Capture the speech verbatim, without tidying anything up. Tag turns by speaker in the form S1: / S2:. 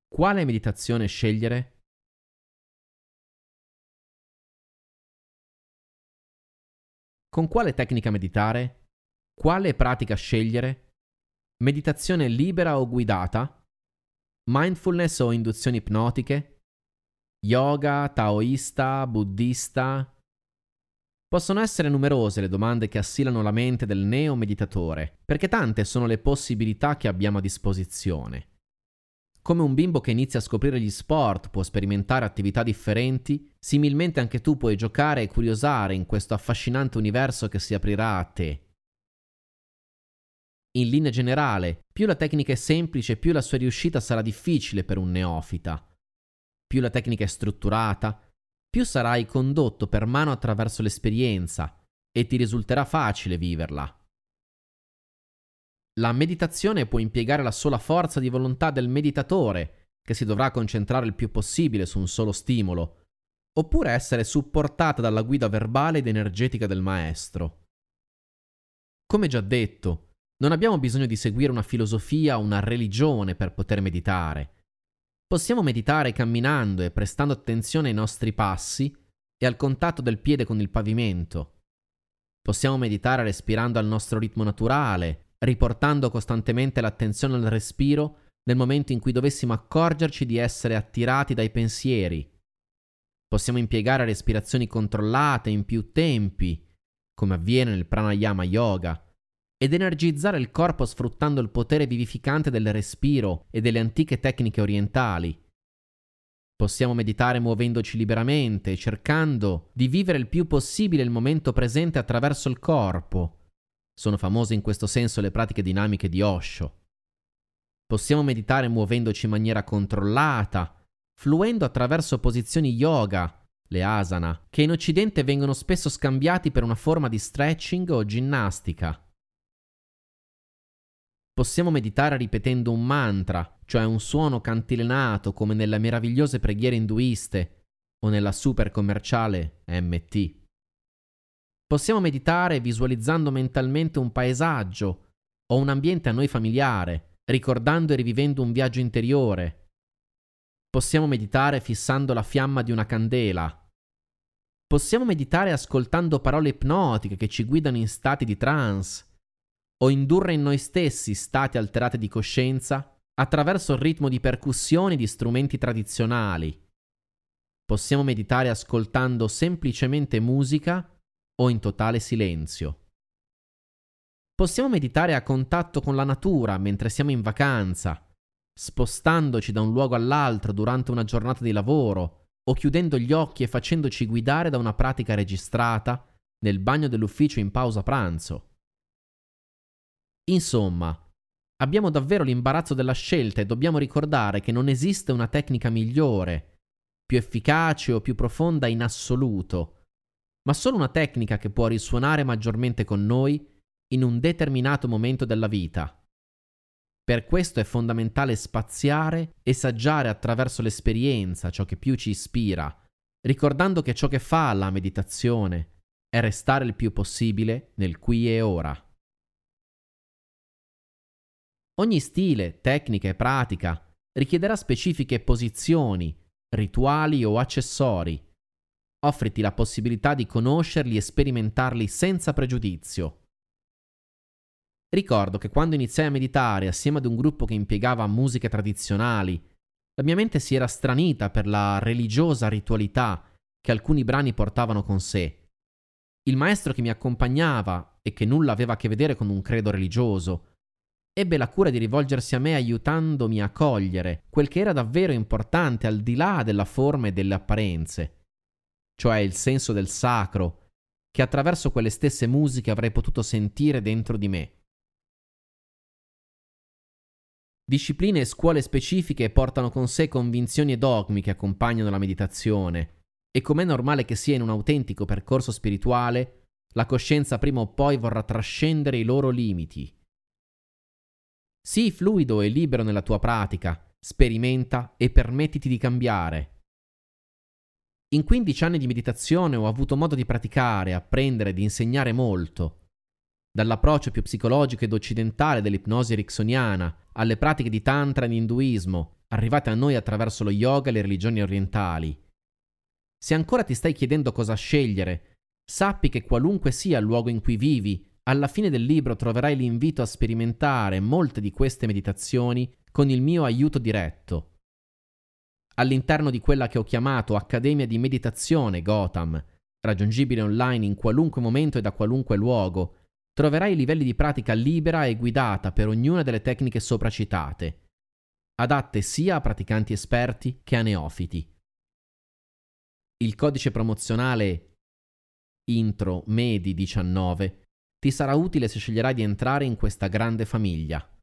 S1: Quale meditazione scegliere? Con quale tecnica meditare? Quale pratica scegliere? Meditazione libera o guidata? Mindfulness o induzioni ipnotiche? Yoga, taoista, buddista? Possono essere numerose le domande che assillano la mente del neo-meditatore, perché tante sono le possibilità che abbiamo a disposizione. Come un bimbo che inizia a scoprire gli sport può sperimentare attività differenti, similmente anche tu puoi giocare e curiosare in questo affascinante universo che si aprirà a te. In linea generale, più la tecnica è semplice, più la sua riuscita sarà difficile per un neofita. Più la tecnica è strutturata, più sarai condotto per mano attraverso l'esperienza e ti risulterà facile viverla. La meditazione può impiegare la sola forza di volontà del meditatore, che si dovrà concentrare il più possibile su un solo stimolo, oppure essere supportata dalla guida verbale ed energetica del maestro. Come già detto, non abbiamo bisogno di seguire una filosofia o una religione per poter meditare. Possiamo meditare camminando e prestando attenzione ai nostri passi e al contatto del piede con il pavimento. Possiamo meditare respirando al nostro ritmo naturale, riportando costantemente l'attenzione al respiro nel momento in cui dovessimo accorgerci di essere attirati dai pensieri. Possiamo impiegare respirazioni controllate in più tempi, come avviene nel pranayama yoga, ed energizzare il corpo sfruttando il potere vivificante del respiro e delle antiche tecniche orientali. Possiamo meditare muovendoci liberamente, cercando di vivere il più possibile il momento presente attraverso il corpo. Sono famose in questo senso le pratiche dinamiche di Osho. Possiamo meditare muovendoci in maniera controllata, fluendo attraverso posizioni yoga, le asana, che in Occidente vengono spesso scambiati per una forma di stretching o ginnastica. Possiamo meditare ripetendo un mantra, cioè un suono cantilenato come nelle meravigliose preghiere induiste o nella super commerciale M T. Possiamo meditare visualizzando mentalmente un paesaggio o un ambiente a noi familiare, ricordando e rivivendo un viaggio interiore. Possiamo meditare fissando la fiamma di una candela. Possiamo meditare ascoltando parole ipnotiche che ci guidano in stati di trance o indurre in noi stessi stati alterati di coscienza attraverso il ritmo di percussioni di strumenti tradizionali. Possiamo meditare ascoltando semplicemente musica o in totale silenzio. Possiamo meditare a contatto con la natura mentre siamo in vacanza, spostandoci da un luogo all'altro durante una giornata di lavoro o chiudendo gli occhi e facendoci guidare da una pratica registrata nel bagno dell'ufficio in pausa pranzo. Insomma, abbiamo davvero l'imbarazzo della scelta e dobbiamo ricordare che non esiste una tecnica migliore, più efficace o più profonda in assoluto, ma solo una tecnica che può risuonare maggiormente con noi in un determinato momento della vita. Per questo è fondamentale spaziare e saggiare attraverso l'esperienza ciò che più ci ispira, ricordando che ciò che fa la meditazione è restare il più possibile nel qui e ora. Ogni stile, tecnica e pratica richiederà specifiche posizioni, rituali o accessori. Offriti la possibilità di conoscerli e sperimentarli senza pregiudizio. Ricordo che quando iniziai a meditare assieme ad un gruppo che impiegava musiche tradizionali, la mia mente si era stranita per la religiosa ritualità che alcuni brani portavano con sé. Il maestro che mi accompagnava, e che nulla aveva a che vedere con un credo religioso, ebbe la cura di rivolgersi a me aiutandomi a cogliere quel che era davvero importante al di là della forma e delle apparenze, cioè il senso del sacro, che attraverso quelle stesse musiche avrei potuto sentire dentro di me. Discipline e scuole specifiche portano con sé convinzioni e dogmi che accompagnano la meditazione, e com'è normale che sia in un autentico percorso spirituale, la coscienza prima o poi vorrà trascendere i loro limiti. Sii fluido e libero nella tua pratica, sperimenta e permettiti di cambiare. In quindici anni di meditazione ho avuto modo di praticare, apprendere ed insegnare molto. Dall'approccio più psicologico ed occidentale dell'ipnosi ericksoniana, alle pratiche di tantra e di induismo, arrivate a noi attraverso lo yoga e le religioni orientali. Se ancora ti stai chiedendo cosa scegliere, sappi che qualunque sia il luogo in cui vivi, alla fine del libro troverai l'invito a sperimentare molte di queste meditazioni con il mio aiuto diretto. All'interno di quella che ho chiamato Accademia di Meditazione Gotham, raggiungibile online in qualunque momento e da qualunque luogo, troverai livelli di pratica libera e guidata per ognuna delle tecniche sopracitate, adatte sia a praticanti esperti che a neofiti. Il codice promozionale intro medi diciannove ti sarà utile se sceglierai di entrare in questa grande famiglia.